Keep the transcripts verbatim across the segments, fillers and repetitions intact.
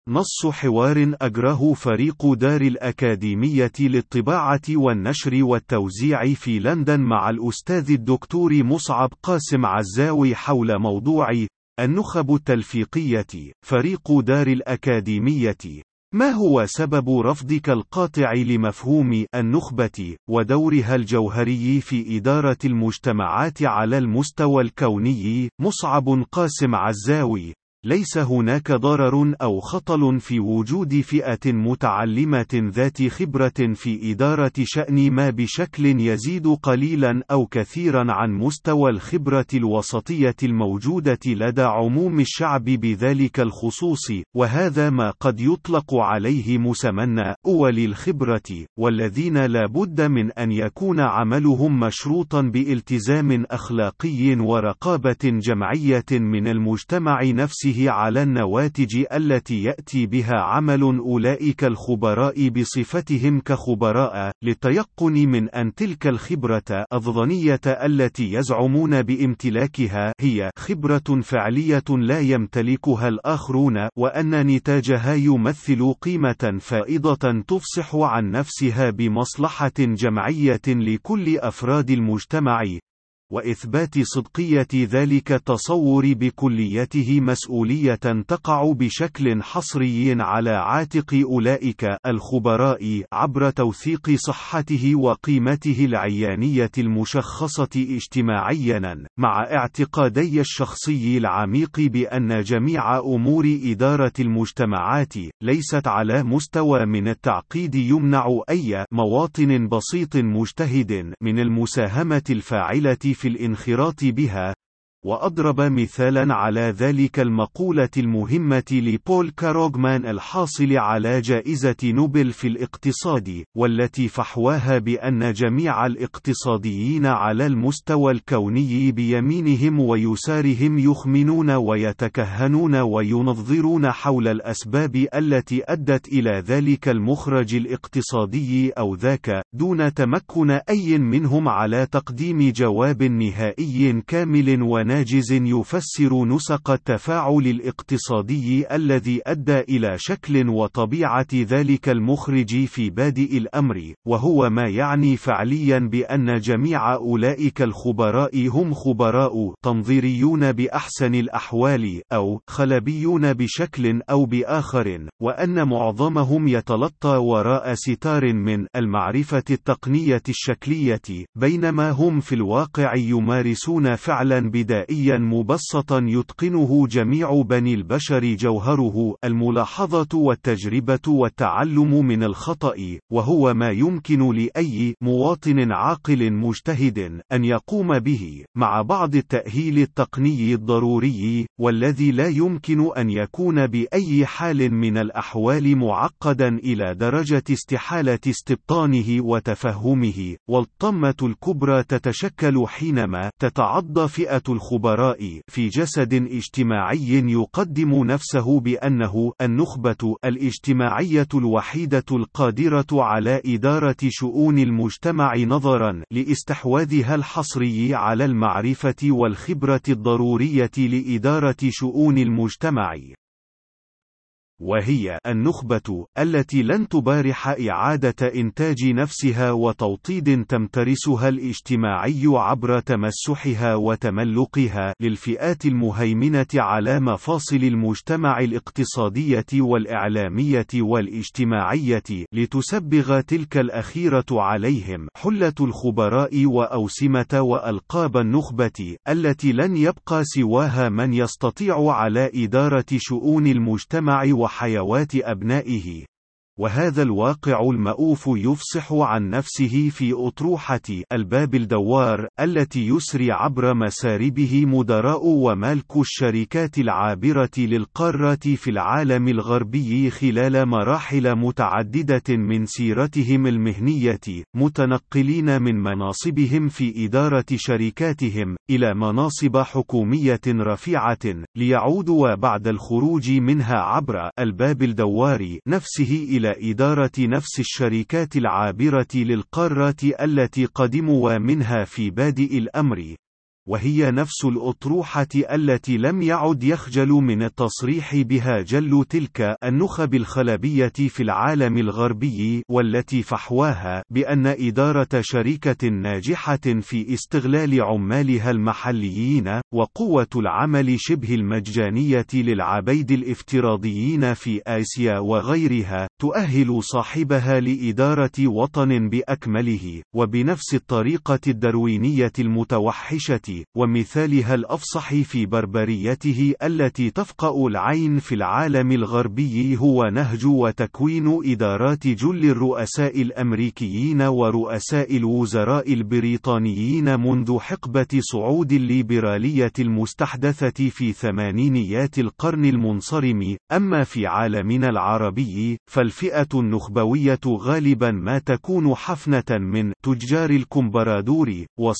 نص حوار أجراه فريق دار الأكاديمية للطباعة والنشر والتوزيع في لندن مع الأستاذ الدكتور مصعب قاسم عزاوي حول موضوع النخب التلفيقية. فريق دار الأكاديمية: ما هو سبب رفضك القاطع لمفهوم النخبة ودورها الجوهري في إدارة المجتمعات على المستوى الكوني؟ مصعب قاسم عزاوي: ليس هناك ضرر أو خطل في وجود فئة متعلمة ذات خبرة في إدارة شأن ما بشكل يزيد قليلا أو كثيرا عن مستوى الخبرة الوسطية الموجودة لدى عموم الشعب بذلك الخصوص، وهذا ما قد يطلق عليه مسمى أولي الخبرة، والذين لا بد من أن يكون عملهم مشروطا بالتزام أخلاقي ورقابة جمعية من المجتمع نفسه على النواتج التي يأتي بها عمل أولئك الخبراء بصفتهم كخبراء، للتيقن من أن تلك الخبرة الظنية التي يزعمون بامتلاكها هي خبرة فعلية لا يمتلكها الآخرون، وأن نتاجها يمثل قيمة فائضة تفصح عن نفسها بمصلحة جمعية لكل أفراد المجتمع، وإثبات صدقية ذلك التصور بكليته مسؤولية تقع بشكل حصري على عاتق أولئك الخبراء عبر توثيق صحته وقيمته العيانية المشخصة اجتماعيا، مع اعتقادي الشخصي العميق بأن جميع أمور إدارة المجتمعات ليست على مستوى من التعقيد يمنع أي مواطن بسيط مجتهد من المساهمة الفاعلة في الانخراط بها. وأضرب مثالا على ذلك المقولة المهمة لبول كاروغمان الحاصل على جائزة نوبل في الاقتصاد، والتي فحواها بأن جميع الاقتصاديين على المستوى الكوني بيمينهم ويسارهم يخمنون ويتكهنون وينظرون حول الأسباب التي أدت إلى ذلك المخرج الاقتصادي أو ذاك، دون تمكن أي منهم على تقديم جواب نهائي كامل وناجز يفسر نسق التفاعل الاقتصادي الذي أدى إلى شكل وطبيعة ذلك المخرج في بادئ الأمر، وهو ما يعني فعليا بأن جميع أولئك الخبراء هم خبراء تنظيريون بأحسن الأحوال، أو خلبيون بشكل أو بآخر، وأن معظمهم يتلطى وراء ستار من المعرفة التقنية الشكلية، بينما هم في الواقع يمارسون فعلا بدائيا مبسطا يتقنه جميع بني البشر جوهره الملاحظة والتجربة والتعلم من الخطأ، وهو ما يمكن لأي مواطن عاقل مجتهد أن يقوم به، مع بعض التأهيل التقني الضروري، والذي لا يمكن أن يكون بأي حال من الأحوال معقدا إلى درجة استحالة استبطانه وتفهمه. والطمة الكبرى تتشكل حينما تتعض فئة الخبراء في جسد اجتماعي يقدم نفسه بأنه النخبة الاجتماعية الوحيدة القادرة على إدارة شؤون المجتمع نظرا لاستحواذها الحصري على المعرفة والخبرة الضرورية لإدارة شؤون المجتمع، وهي النخبة التي لن تبارح إعادة إنتاج نفسها وتوطيد تمترسها الاجتماعي عبر تمسحها وتملقها للفئات المهيمنة على مفاصل المجتمع الاقتصادية والإعلامية والاجتماعية، لتسبغ تلك الأخيرة عليهم حلة الخبراء وأوسمة وألقاب النخبة التي لن يبقى سواها من يستطيع على إدارة شؤون المجتمع وحيوات أبنائه. وهذا الواقع المأوف يفصح عن نفسه في أطروحة الباب الدوار التي يسري عبر مساربه مدراء ومالك الشركات العابرة للقارات في العالم الغربي خلال مراحل متعددة من سيرتهم المهنية، متنقلين من مناصبهم في إدارة شركاتهم إلى مناصب حكومية رفيعة، ليعودوا بعد الخروج منها عبر الباب الدوار نفسه إلى إدارة نفس الشركات العابرة للقارات التي قدموا منها في بادئ الأمر. وهي نفس الأطروحة التي لم يعد يخجل من التصريح بها جل تلك النخب الخلبية في العالم الغربي، والتي فحواها بأن إدارة شركة ناجحة في استغلال عمالها المحليين، وقوة العمل شبه المجانية للعبيد الافتراضيين في آسيا وغيرها، تؤهل صاحبها لإدارة وطن بأكمله، وبنفس الطريقة الدروينية المتوحشة، ومثالها الأفصح في بربريته التي تفقأ العين في العالم الغربي هو نهج وتكوين إدارات جل الرؤساء الأمريكيين ورؤساء الوزراء البريطانيين منذ حقبة صعود الليبرالية المستحدثة في ثمانينيات القرن المنصرم. أما في عالمنا العربي، فالفئة النخبوية غالبا ما تكون حفنة من تجار الكمبرادور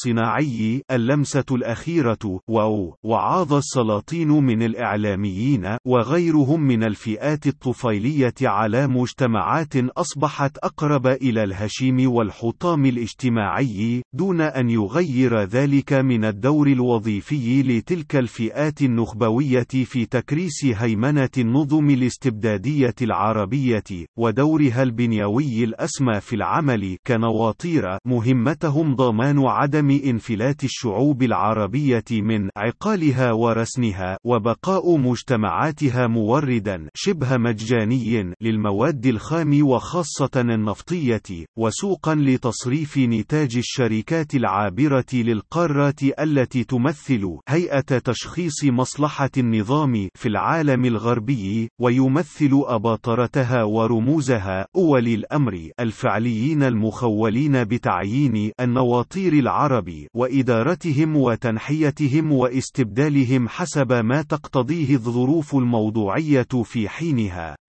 وصناعي اللمسة الأخيرة واو وعاض السلاطين من الإعلاميين وغيرهم من الفئات الطفيلية على مجتمعات أصبحت أقرب إلى الهشيم والحطام الاجتماعي، دون أن يغير ذلك من الدور الوظيفي لتلك الفئات النخبوية في تكريس هيمنة النظم الاستبدادية العربية، ودورها البنيوي الأسمى في العمل كنواطير مهمتهم ضمان عدم انفلات الشعوب العربية من عقالها ورسنها، وبقاء مجتمعاتها موردا شبه مجاني للمواد الخام وخاصة النفطية، وسوقا لتصريف نتاج الشركات العابرة للقارات التي تمثل هيئة تشخيص مصلحة النظام في العالم الغربي، ويمثل أباطرتها ورموزها أولي الأمر الفعليين المخولين بتعيين النواطير العرب وإدارتهم وتنحيتهم واستبدالهم حسب ما تقتضيه الظروف الموضوعية في حينها.